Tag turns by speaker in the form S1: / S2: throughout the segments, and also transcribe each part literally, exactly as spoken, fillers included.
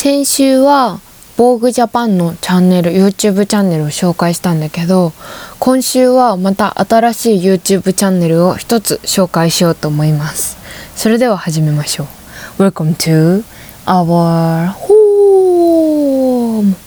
S1: 先週はボーグジャパンのチャンネル YouTube チャンネルを紹介したんだけど、今週はまた新しい YouTube チャンネルを一つ紹介しようと思います。それでは始めましょう。 Welcome to our home。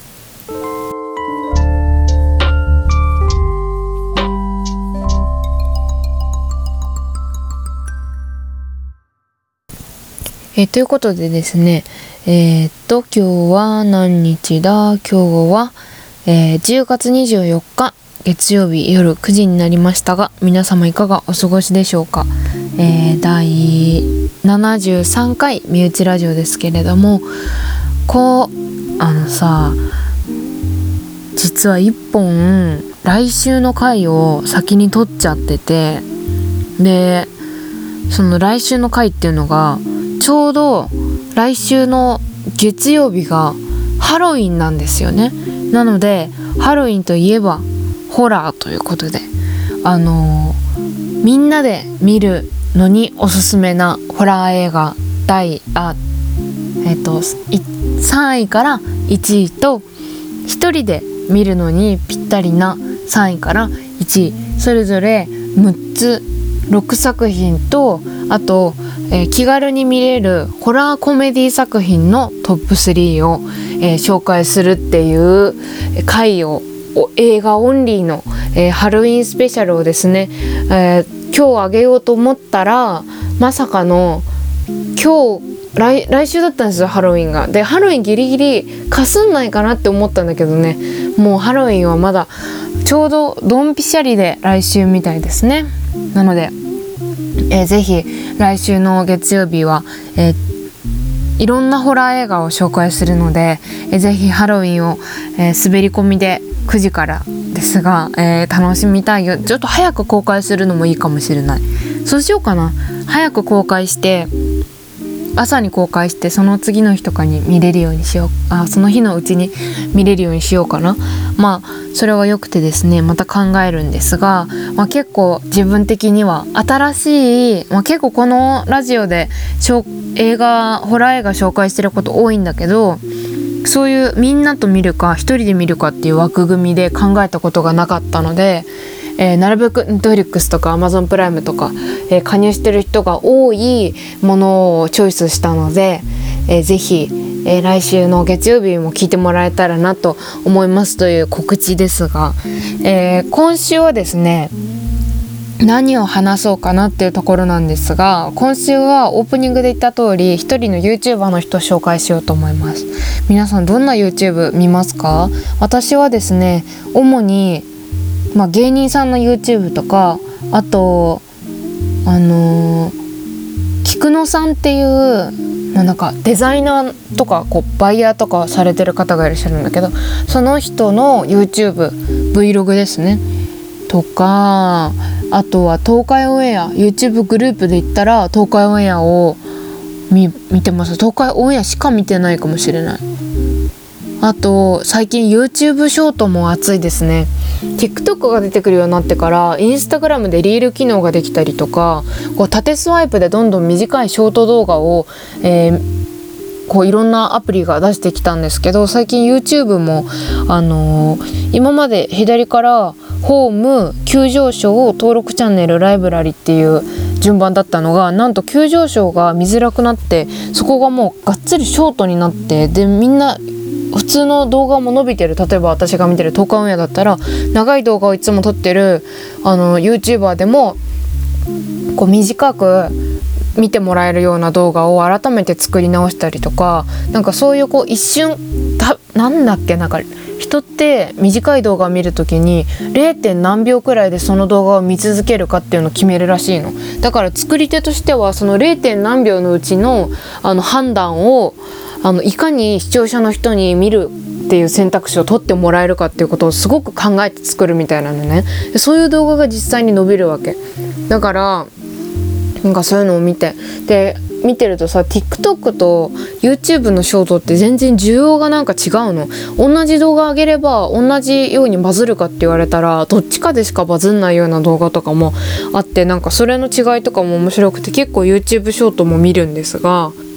S1: えー、ということでですね、えー、っと今日は何日だ今日は、えー、じゅうがつにじゅうよっか月曜日夜くじになりましたが、皆様いかがお過ごしでしょうか。えー、だいななじゅうさんかい身内ラジオですけれども、こうあのさ実はいっぽん来週の回を先に撮っちゃってて、でその来週の回っていうのがちょうど来週の月曜日がハロウィンなんですよね。なのでハロウィンといえばホラーということで、あのー、みんなで見るのにおすすめなホラー映画第あえっとさんいからいちいと、ひとりで見るのにぴったりなさんいからいちい、それぞれむっつろくさくひんと、あと、えー、気軽に見れるホラーコメディ作品のトップスリーを、えー、紹介するっていう回を映画オンリーの、えー、ハロウィンスペシャルをですね、えー、今日あげようと思ったらまさかの今日 来, 来週だったんですよ、ハロウィンが。でハロウィンギリギリかすんないかなって思ったんだけどね、もうハロウィンはまだちょうどドンピシャリで来週みたいですね。なので、えー、ぜひ来週の月曜日は、えー、いろんなホラー映画を紹介するので、えー、ぜひハロウィンを、えー、滑り込みでくじからですが、えー、楽しみたいよ。ちょっと早く公開するのもいいかもしれない。そうしようかな。早く公開して朝に公開してその次の日とかに見れるようにしよう。あ、その日のうちに見れるようにしようかな。まあそれはよくてですね、また考えるんですが、まあ、結構自分的には新しい、まあ、結構このラジオで映画ホラー映画紹介してること多いんだけど、そういうみんなと見るか一人で見るかっていう枠組みで考えたことがなかったので、えー、なるべく Netflix とか Amazon プライムとか、えー、加入してる人が多いものをチョイスしたので、えー、ぜひ、えー、来週の月曜日も聞いてもらえたらなと思いますという告知ですが、えー、今週はですね何を話そうかなっていうところなんですが、今週はオープニングで言った通り一人の YouTuber の人を紹介しようと思います。皆さんどんな YouTube 見ますか？私はですね主にまあ、芸人さんの YouTube とか、あとあのー、菊野さんっていう、まあ、なんかデザイナーとかこうバイヤーとかされてる方がいらっしゃるんだけど、その人の YouTube、Vlog ですねとか、あとは東海オンエア YouTube グループで言ったら東海オンエアを 見, 見てます。東海オンエアしか見てないかもしれない。あと最近 YouTube ショートも熱いですね。 TikTok が出てくるようになってから Instagram でリール機能ができたりとか、こう縦スワイプでどんどん短いショート動画を、えー、こういろんなアプリが出してきたんですけど、最近 YouTube も、あのー、今まで左からホーム、急上昇、登録チャンネル、ライブラリっていう順番だったのが、なんと急上昇が見づらくなって、そこがもうがっつりショートになって、でみんな普通の動画も伸びてる。例えば私が見てる東海オンエアだったら長い動画をいつも撮ってるあの YouTuber でもこう短く見てもらえるような動画を改めて作り直したりとか、なんかそういうこう一瞬たなんだっけなんか人って短い動画を見るときに ゼロ. 何秒くらいでその動画を見続けるかっていうのを決めるらしいの。だから作り手としてはその ゼロ. 何秒のうちのあの判断をあのいかに視聴者の人に見るっていう選択肢を取ってもらえるかっていうことをすごく考えて作るみたいなのね。そういう動画が実際に伸びるわけだから、なんかそういうのを見てで見てるとさ、 TikTok と YouTube のショートって全然需要がなんか違うの。同じ動画上げれば同じようにバズるかって言われたらどっちかでしかバズんないような動画とかもあって、なんかそれの違いとかも面白くて結構 YouTube ショートも見るんですが、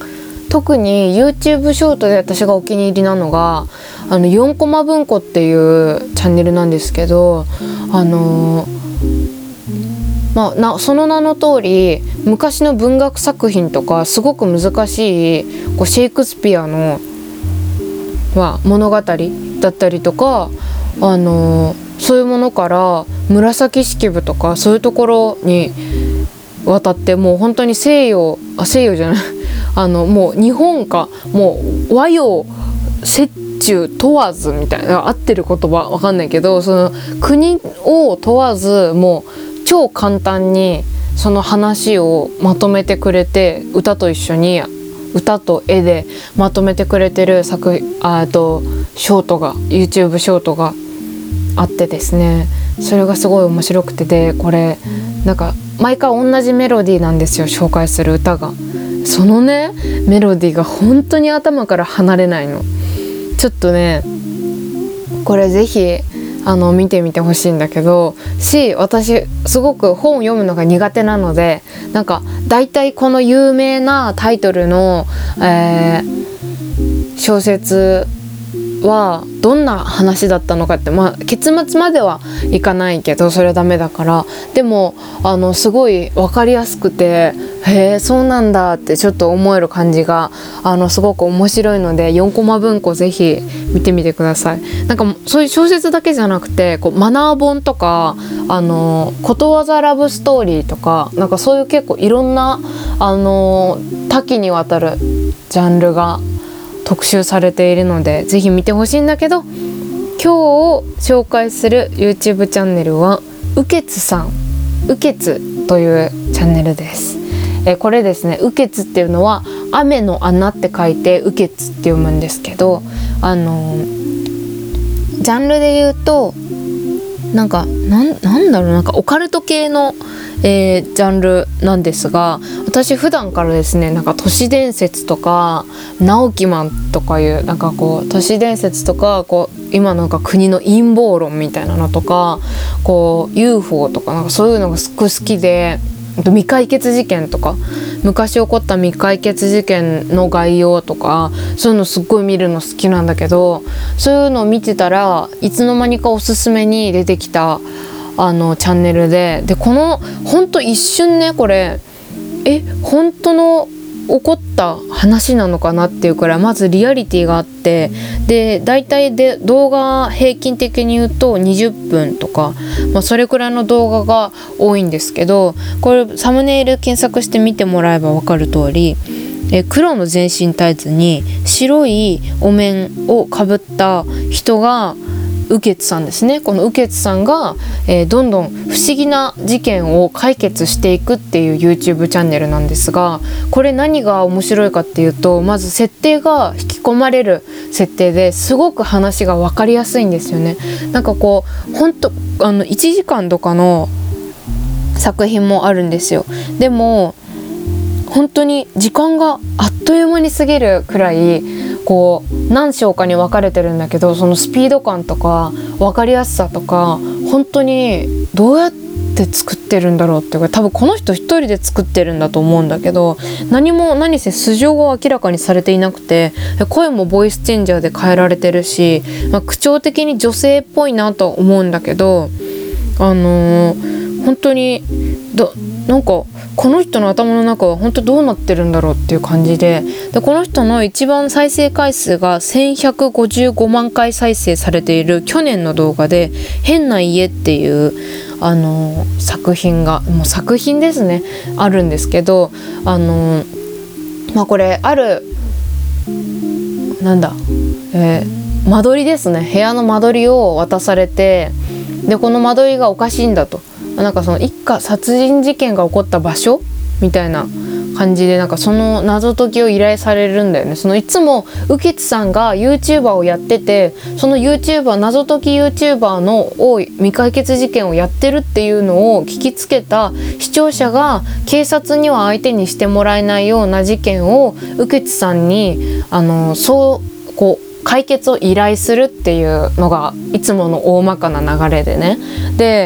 S1: 特に YouTube ショートで私がお気に入りなのがあのよんコマ文庫っていうチャンネルなんですけど、あのまあ、なその名の通り昔の文学作品とかすごく難しいこうシェイクスピアの、まあ、物語だったりとか、あのそういうものから紫式部とかそういうところに渡ってもう本当に西洋あ西洋じゃないあのもう日本かもう和洋折衷問わずみたいな合ってる言葉わかんないけど、その国を問わずもう超簡単にその話をまとめてくれて、歌と一緒に歌と絵でまとめてくれてる作あとショートが YouTube ショートがあってですね、それがすごい面白くて、でこれなんか毎回同じメロディーなんですよ、紹介する歌が。そのねメロディーが本当に頭から離れないの。ちょっとねこれぜひあの見てみてほしいんだけど、し私すごく本を読むのが苦手なので、なんかだいたいこの有名なタイトルの、えー、小説はどんな話だったのかって、まあ、結末まではいかないけどそれはダメだから、でもあのすごい分かりやすくて、へえそうなんだってちょっと思える感じがあのすごく面白いので、よんコマ文庫ぜひ見てみてください。なんかそういう小説だけじゃなくてこうマナー本とかあのことわざラブストーリーとか、なんかそういう結構いろんなあの多岐にわたるジャンルが特集されているのでぜひ見てほしいんだけど、今日紹介する YouTube チャンネルはうけつさん、うけつというチャンネルです。えこれですね、うけつっていうのは雨の穴って書いてうけつって読むんですけど、あのジャンルで言うとなんかなん、なんだろうなんかオカルト系のえー、ジャンルなんですが、私普段からですねなんか都市伝説とか直木マンとかいうなんかこう都市伝説とかこう今なんか国の陰謀論みたいなのとかこう ユーフォー とかなんかそういうのがすごく好きで、未解決事件とか昔起こった未解決事件の概要とかそういうのすっごい見るの好きなんだけど、そういうのを見てたらいつの間にかおすすめに出てきたあのチャンネルで、でこのほんと一瞬ねこれえ本当の起こった話なのかなっていうくらいまずリアリティがあって、で大体で動画平均的に言うとにじゅっぷんとか、まあ、それくらいの動画が多いんですけど、これサムネイル検索して見てもらえば分かる通りえ黒の全身タイツに白いお面をかぶった人がうけつさんですね。このうけつさんが、えー、どんどん不思議な事件を解決していくっていう YouTube チャンネルなんですが、これ何が面白いかっていうと、まず設定が引き込まれる設定ですごく話が分かりやすいんですよね。なんかこうほんとあのいちじかんとかの作品もあるんですよ。でも本当に時間があっという間に過ぎるくらいこう何章かに分かれてるんだけど、そのスピード感とか分かりやすさとか本当にどうやって作ってるんだろうっていうか、多分この人一人で作ってるんだと思うんだけど、何も何せ素性が明らかにされていなくて、声もボイスチェンジャーで変えられてるし、まあ、口調的に女性っぽいなと思うんだけど、あのー、本当にどなんかこの人の頭の中は本当どうなってるんだろうっていう感じで、でこの人の一番再生回数がせんひゃくごじゅうごまんかい再生されている去年の動画で変な家っていうあの作品がもう作品ですねあるんですけど、あのまあこれあるなんだ、えー、間取りですね、部屋の間取りを渡されて、でこの間取りがおかしいんだと、なんかその一家殺人事件が起こった場所みたいな感じで、なんかその謎解きを依頼されるんだよね。そのいつもうけつさんが YouTuber をやってて、その YouTuber 謎解き YouTuber の多い未解決事件をやってるっていうのを聞きつけた視聴者が警察には相手にしてもらえないような事件をうけつさんにあのそうこう解決を依頼するっていうのがいつもの大まかな流れでね。で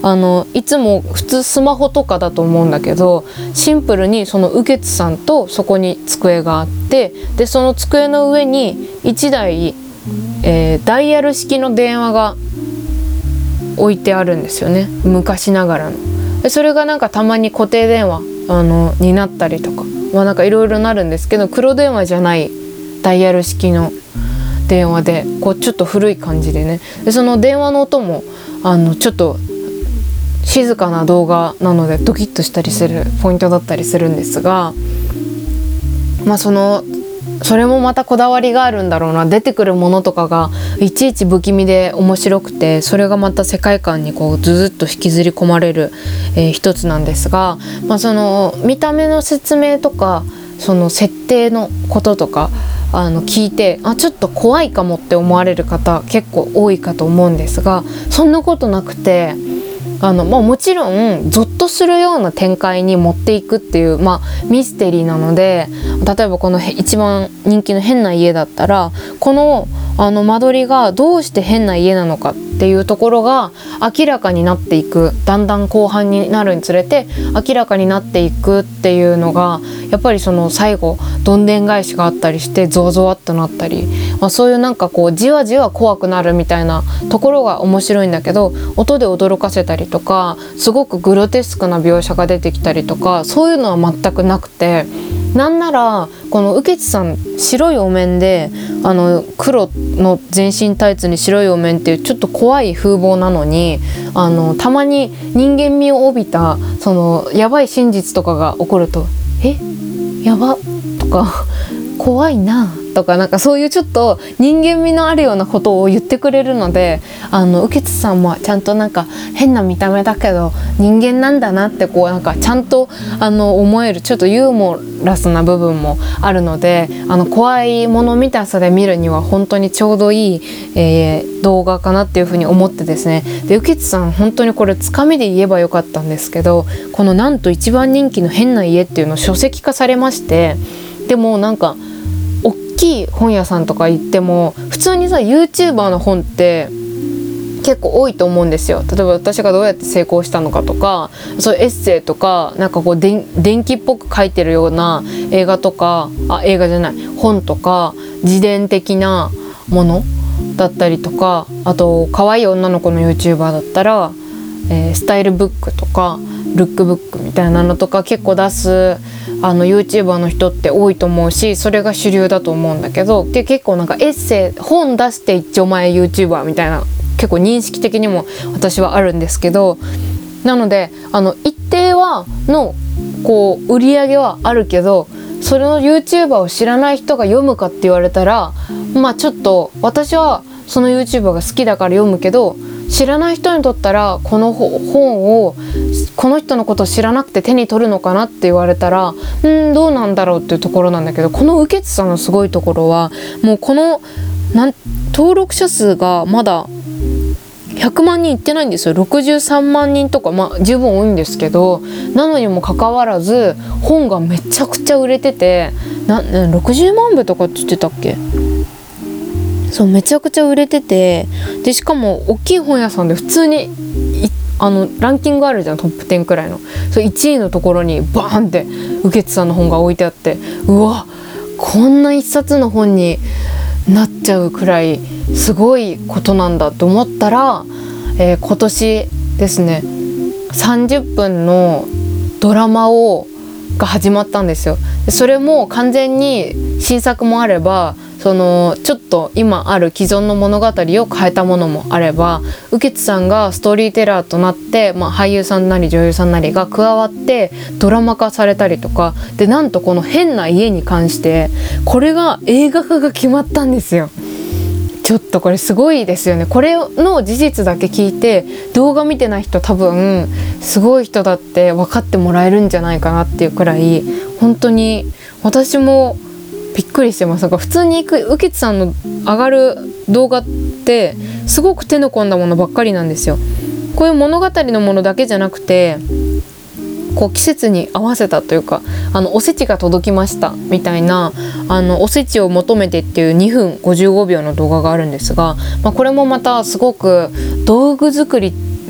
S1: あのいつも普通スマホとかだと思うんだけど、シンプルにその雨穴さんとそこに机があって、でその机の上にいちだい、えー、ダイヤル式の電話が置いてあるんですよね、昔ながらの。でそれがなんかたまに固定電話あのになったりとか、まあなんかいろいろなるんですけど、黒電話じゃないダイヤル式の電話で、こうちょっと古い感じでね、でその電話の音もあのちょっと静かな動画なのでドキッとしたりするポイントだったりするんですが、まあそのそれもまたこだわりがあるんだろうな。出てくるものとかがいちいち不気味で面白くて、それがまた世界観にこうずずっと引きずり込まれる、えー、一つなんですが、まあ、その見た目の説明とかその設定のこととかあの聞いて、あちょっと怖いかもって思われる方結構多いかと思うんですが、そんなことなくて、あの、まあ、もちろんゾッとするような展開に持っていくっていう、まあ、ミステリーなので、例えばこの一番人気の変な家だったら、このあの間取りがどうして変な家なのかっていうところが明らかになっていく、だんだん後半になるにつれて明らかになっていくっていうのが、やっぱりその最後どんでん返しがあったりしてゾワゾワっとなったり、まあ、そういうなんかこうじわじわ怖くなるみたいなところが面白いんだけど、音で驚かせたりとかすごくグロテスクな描写が出てきたりとか、そういうのは全くなくて、なんならこの雨穴さん白いお面で、あの黒の全身タイツに白いお面っていうちょっと怖い風貌なのに、あのたまに人間味を帯びたそのやばい真実とかが起こると、えやばとか怖いなとか、なんかそういうちょっと人間味のあるようなことを言ってくれるので、あの雨穴さんもちゃんとなんか変な見た目だけど人間なんだなってこうなんかちゃんとあの思える、ちょっとユーモラスな部分もあるので、あの怖いもの見たさで見るには本当にちょうどいい、えー、動画かなっていうふうに思ってですね。で雨穴さん本当にこれつかみで言えばよかったんですけど、このなんと一番人気の変な家っていうのを書籍化されまして、でもなんか大きい本屋さんとか行っても普通にさ YouTuber の本って結構多いと思うんですよ。例えば私がどうやって成功したのかとか、そういうエッセイとか、なんかこう電気っぽく書いてるような映画とか、あ映画じゃない本とか自伝的なものだったりとか、あと可愛い女の子の YouTuber だったら、えー、スタイルブックとかルックブックみたいなのとか結構出すあの YouTuber の人って多いと思うし、それが主流だと思うんだけど、で結構なんかエッセイ本出して一丁前 YouTuber みたいな結構認識的にも私はあるんですけど、なのであの一定はのこう売り上げはあるけど、それの YouTuber を知らない人が読むかって言われたら、まあちょっと私はその YouTuber が好きだから読むけど、知らない人にとったらこの本をこの人のことを知らなくて手に取るのかなって言われたら、うんどうなんだろうっていうところなんだけど、この雨穴さんのすごいところはもうこのなん登録者数がまだひゃくまんにんいってないんですよ。ろくじゅうさんまんにんとか、まあ十分多いんですけど、なのにもかかわらず本がめちゃくちゃ売れてて、なろくじゅうまんぶとかって言ってたっけ。そうめちゃくちゃ売れてて、でしかも大きい本屋さんで普通にあのランキングあるじゃん、トップじゅうくらいの、そいちいのところにバーンって雨穴さんの本が置いてあって、うわこんな一冊の本になっちゃうくらいすごいことなんだと思ったら、えー、今年ですねさんじゅっぷんのドラマをが始まったんですよ。それも完全に新作もあれば、そのちょっと今ある既存の物語を変えたものもあれば、雨穴さんがストーリーテラーとなって、まあ、俳優さんなり女優さんなりが加わってドラマ化されたりとかで、なんとこの変な家に関してこれが映画化が決まったんですよ。ちょっとこれすごいですよね。これの事実だけ聞いて動画見てない人多分すごい人だって分かってもらえるんじゃないかなっていうくらい、本当に私もびっくりしてます。なんか普通に雨穴さんの上がる動画ってすごく手の込んだものばっかりなんですよ。こういう物語のものだけじゃなくて、こう季節に合わせたというか、あのおせちが届きましたみたいな、あのおせちを求めてっていうにふんごじゅうごびょうの動画があるんですが、まあ、これもまたすごく道具作り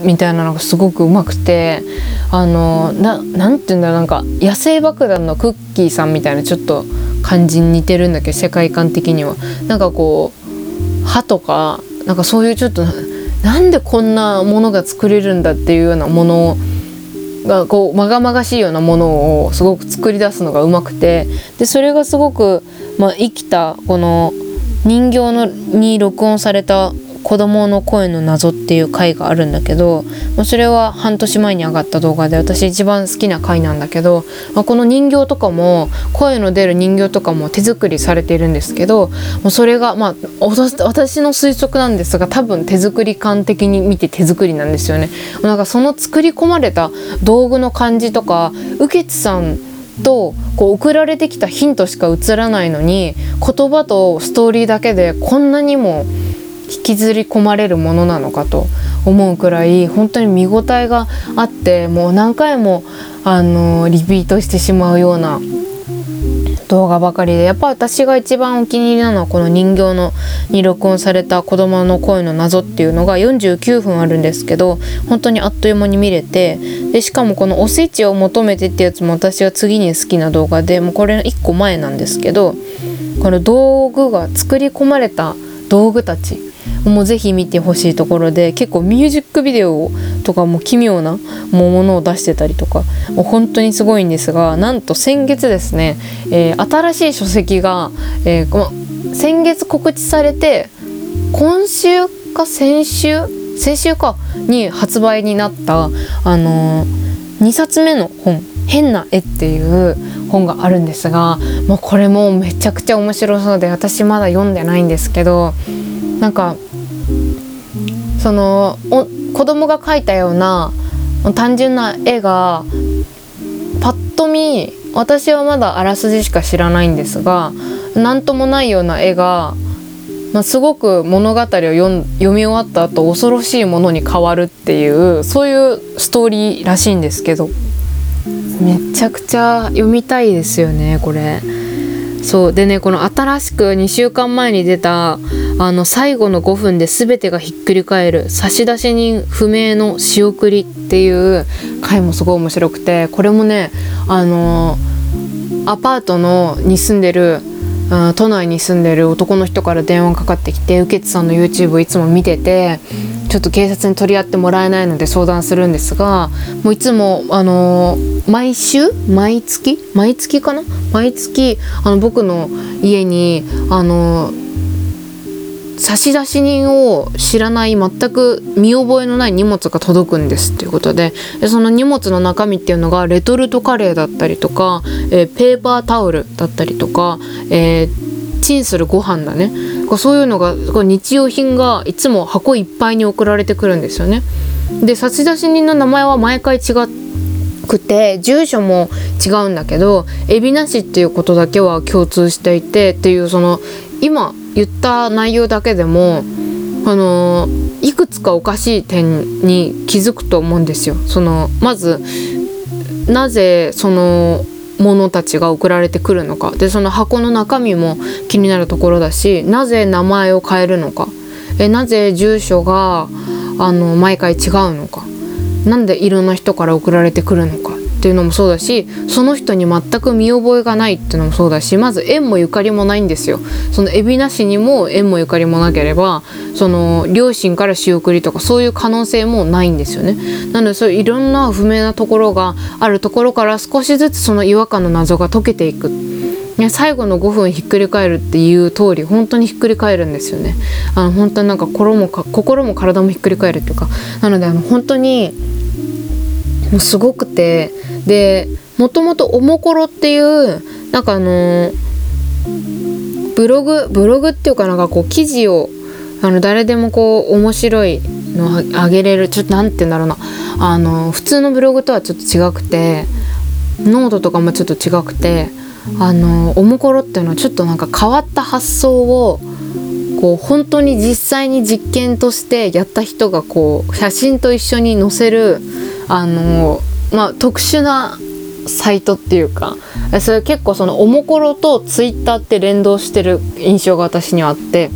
S1: みたいなのがすごくうまくて、あのななんていうんだろう、なんか野生爆弾のクッキーさんみたいなちょっと感じに似てるんだけど、世界観的にはなんかこう歯とかなんかそういうちょっとなんでこんなものが作れるんだっていうようなものがこうまがまがしいようなものをすごく作り出すのがうまくて、でそれがすごく、まあ、生きたこの人形のに録音された子供の声の謎っていう回があるんだけど、それは半年前に上がった動画で私一番好きな回なんだけど、この人形とかも声の出る人形とかも手作りされているんですけど、それがまあ私の推測なんですが、多分手作り感的に見て手作りなんですよね。なんかその作り込まれた道具の感じとか、雨穴さんとこう送られてきたヒントしか映らないのに、言葉とストーリーだけでこんなにも引きずり込まれるものなのかと思うくらい本当に見応えがあって、もう何回もあのリピートしてしまうような動画ばかりで、やっぱ私が一番お気に入りなのはこの人形のに録音された子供の声の謎っていうのがよんじゅうきゅうふんあるんですけど、本当にあっという間に見れて、でしかもこのおせちを求めてってやつも私は次に好きな動画で、もうこれいっこまえなんですけど、この道具が作り込まれた道具たちもうぜひ見てほしいところで、結構ミュージックビデオとかも奇妙なものを出してたりとか、もう本当にすごいんですが、なんと先月ですね、えー、新しい書籍が、えーま、先月告知されて今週か先週先週かに発売になった、あのー、にさつめの本、変な絵っていう本があるんですが、もうこれもめちゃくちゃ面白そうで、私まだ読んでないんですけど、なんかそのお子供が描いたような単純な絵がパッと見、私はまだあらすじしか知らないんですが、なんともないような絵が、まあ、すごく物語を読ん読み終わった後恐ろしいものに変わるっていう、そういうストーリーらしいんですけど、めちゃくちゃ読みたいですよねこれ。そうでね、この新しくにしゅうかんまえに出たあの最後のごふんで全てがひっくり返る差出人不明の仕送りっていう回もすごい面白くて、これもね、あのアパートのに住んでる都内に住んでる男の人から電話かかってきて、雨穴さんの YouTube をいつも見てて、ちょっと警察に取り合ってもらえないので相談するんですが、もういつもあの毎週毎月毎月かな毎月あの僕の家にあの差出人を知らない全く見覚えのない荷物が届くんですっていうことで、でその荷物の中身っていうのがレトルトカレーだったりとか、えー、ペーパータオルだったりとか、えー、チンするご飯だね、そういうのが日用品がいつも箱いっぱいに送られてくるんですよね。で差出人の名前は毎回違くて住所も違うんだけど、海老名市っていうことだけは共通していてっていう、その今言った内容だけでもあのいくつかおかしい点に気づくと思うんですよ。そのまずなぜそのものたちが送られてくるのかで、その箱の中身も気になるところだし、なぜ名前を変えるのか、えなぜ住所があの毎回違うのか、なんでいろんな人から送られてくるのかっていうのもそうだし、その人に全く見覚えがないっていうのもそうだし、まず縁もゆかりもないんですよ。その海老名市にも縁もゆかりもなければ、その両親から仕送りとかそういう可能性もないんですよね。なのでそういういろんな不明なところがあるところから少しずつその違和感の謎が解けていく。最後のごふんひっくり返るっていう通り本当にひっくり返るんですよね。あの本当になんか心もか心も体もひっくり返るっていうか、なのであの本当にもうすごくて、でもともとおもころっていうなんかあのブログブログっていうかなんかこう記事をあの誰でもこう面白いのあげれる、ちょっとなんて言うんだろうな、あの普通のブログとはちょっと違くて、ノートとかもちょっと違くて、あのおもころっていうのはちょっとなんか変わった発想をこう本当に実際に実験としてやった人がこう写真と一緒に載せるあの、まあ、特殊なサイトっていうか、それ結構そのおもころとツイッターって連動してる印象が私にはあって、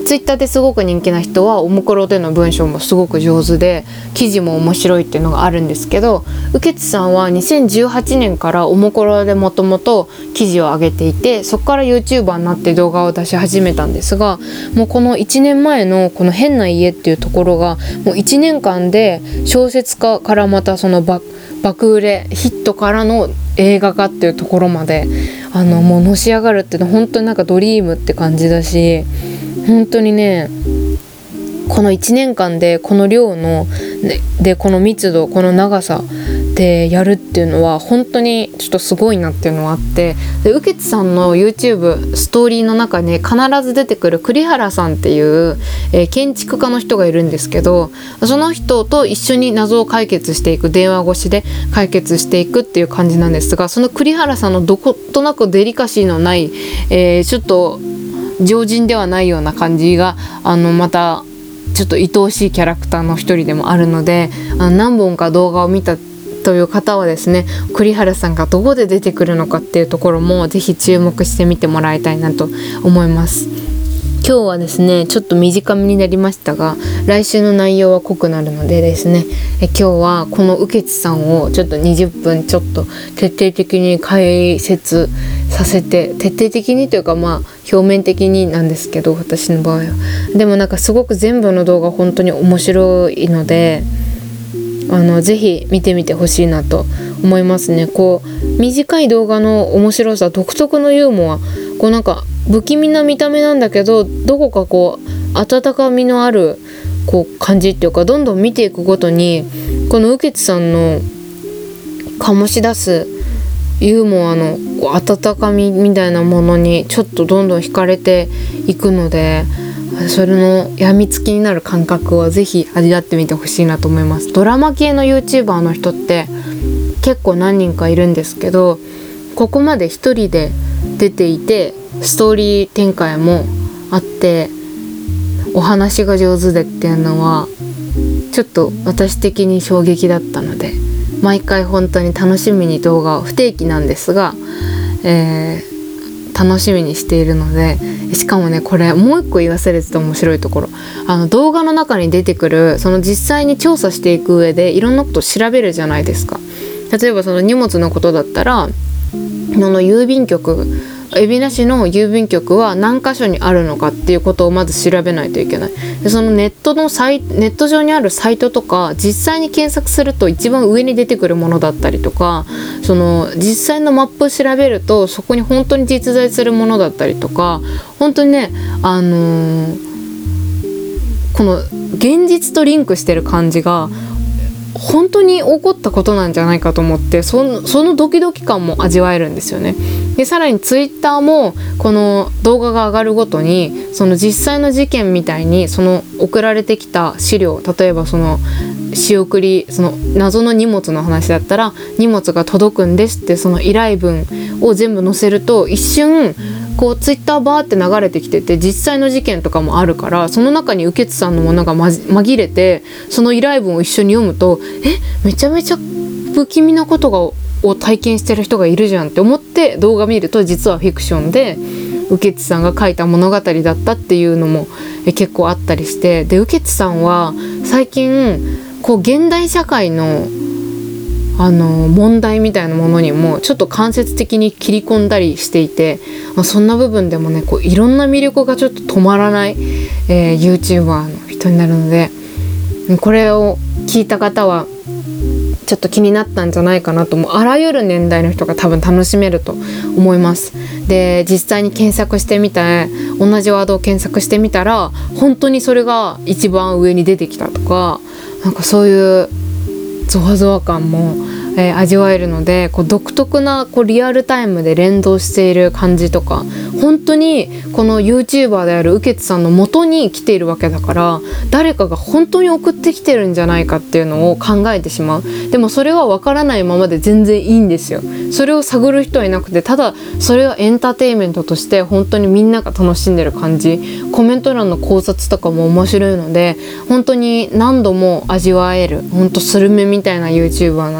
S1: ツイッターですごく人気な人はおもころでの文章もすごく上手で記事も面白いっていうのがあるんですけど、うけつさんはにせんじゅうはちねんからおもころでもともと記事を上げていて、そこから YouTuber になって動画を出し始めたんですが、もうこのいちねんまえのこの変な家っていうところがもういちねんかんで小説家からまたその爆売れヒットからの映画化っていうところまであのもうのし上がるっていうのは本当になんかドリームって感じだし、本当にねこのいちねんかんでこの量ので, でこの密度この長さでやるっていうのは本当にちょっとすごいなっていうのはあって、でうけつさんの YouTube ストーリーの中に必ず出てくる栗原さんっていう、えー、建築家の人がいるんですけど、その人と一緒に謎を解決していく、電話越しで解決していくっていう感じなんですが、その栗原さんのどことなくデリカシーのない、えー、ちょっと常人ではないような感じがあのまたちょっと愛おしいキャラクターの一人でもあるので、あの何本か動画を見たという方はですね、栗原さんがどこで出てくるのかっていうところもぜひ注目してみてもらいたいなと思います。今日はですねちょっと短めになりましたが、来週の内容は濃くなるのでですね、え今日はこのうけつさんをちょっとにじゅっぷんちょっと徹底的に解説させて、徹底的にというかまあ表面的になんですけど、私の場合はでもなんかすごく全部の動画本当に面白いので、あのぜひ見てみてほしいなと思いますね。こう短い動画の面白さ、独特のユーモア、こうなんか不気味な見た目なんだけどどこかこう温かみのあるこう感じっていうか、どんどん見ていくごとにこのうけつさんの醸し出すユーモアのこう温かみみたいなものにちょっとどんどん惹かれていくので、それの病みつきになる感覚をぜひ味わってみてほしいなと思います。ドラマ系の YouTuber の人って結構何人かいるんですけど、ここまで一人で出ていてストーリー展開もあってお話が上手でっていうのはちょっと私的に衝撃だったので、毎回本当に楽しみに動画を不定期なんですが、えー、楽しみにしているので、しかもねこれもう一個言い忘れてた面白いところ、あの動画の中に出てくるその実際に調査していく上でいろんなことを調べるじゃないですか。例えばその荷物のことだったら、あの郵便局海老名市の郵便局は何箇所にあるのかっていうことをまず調べないといけない。でそのネットのサイネット上にあるサイトとか実際に検索すると一番上に出てくるものだったりとか、その実際のマップを調べるとそこに本当に実在するものだったりとか、本当にねあのー、この現実とリンクしてる感じが本当に起こったことなんじゃないかと思って、その、そのドキドキ感も味わえるんですよね。でさらにツイッターもこの動画が上がるごとにその実際の事件みたいにその送られてきた資料、例えばその仕送り、その謎の荷物の話だったら荷物が届くんですってその依頼文を全部載せると一瞬こうツイッターバーって流れてきてて、実際の事件とかもあるから、その中にうけつさんのものが、ま、紛れてその依頼文を一緒に読むと、えめちゃめちゃ不気味なことがを体験してる人がいるじゃんって思って動画見ると実はフィクションでうけつさんが書いた物語だったっていうのもえ結構あったりして、でうけつさんは最近こう現代社会のあの問題みたいなものにもちょっと間接的に切り込んだりしていて、まあ、そんな部分でもねこういろんな魅力がちょっと止まらない、えー、YouTuber の人になるので、これを聞いた方はちょっと気になったんじゃないかなと。もうあらゆる年代の人が多分楽しめると思います。で実際に検索してみて同じワードを検索してみたら本当にそれが一番上に出てきたとか、なんかそういうゾワゾワ感も、えー、味わえるので、こう独特なこうリアルタイムで連動している感じとか、本当にこの YouTuber であるうけつさんの元に来ているわけだから、誰かが本当に送ってきてるんじゃないかっていうのを考えてしまう。でもそれは分からないままで全然いいんですよ。それを探る人はいなくて、ただそれはエンターテインメントとして本当にみんなが楽しんでる感じ、コメント欄の考察とかも面白いので本当に何度も味わえる、本当スルメみたいな YouTuber なので、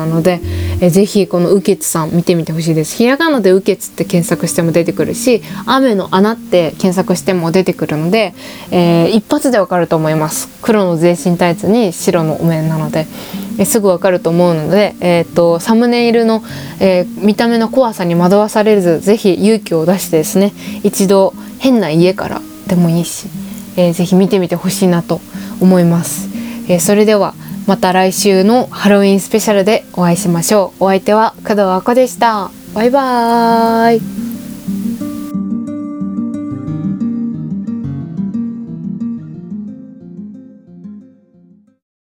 S1: えぜひこの雨穴さん見てみてほしいです。ひらがなで雨穴って検索しても出てくるし、雨の穴って検索しても出てくるので、えー、一発でわかると思います。黒の全身タイツに白のお面なので、えすぐわかると思うので、えー、とサムネイルの、えー、見た目の怖さに惑わされず、ぜひ勇気を出してですね、一度変な家からでもいいし、えー、ぜひ見てみてほしいなと思います。えー、それではまた来週のハロウィンスペシャルでお会いしましょう。お相手は工藤あこでした。バイバーイ。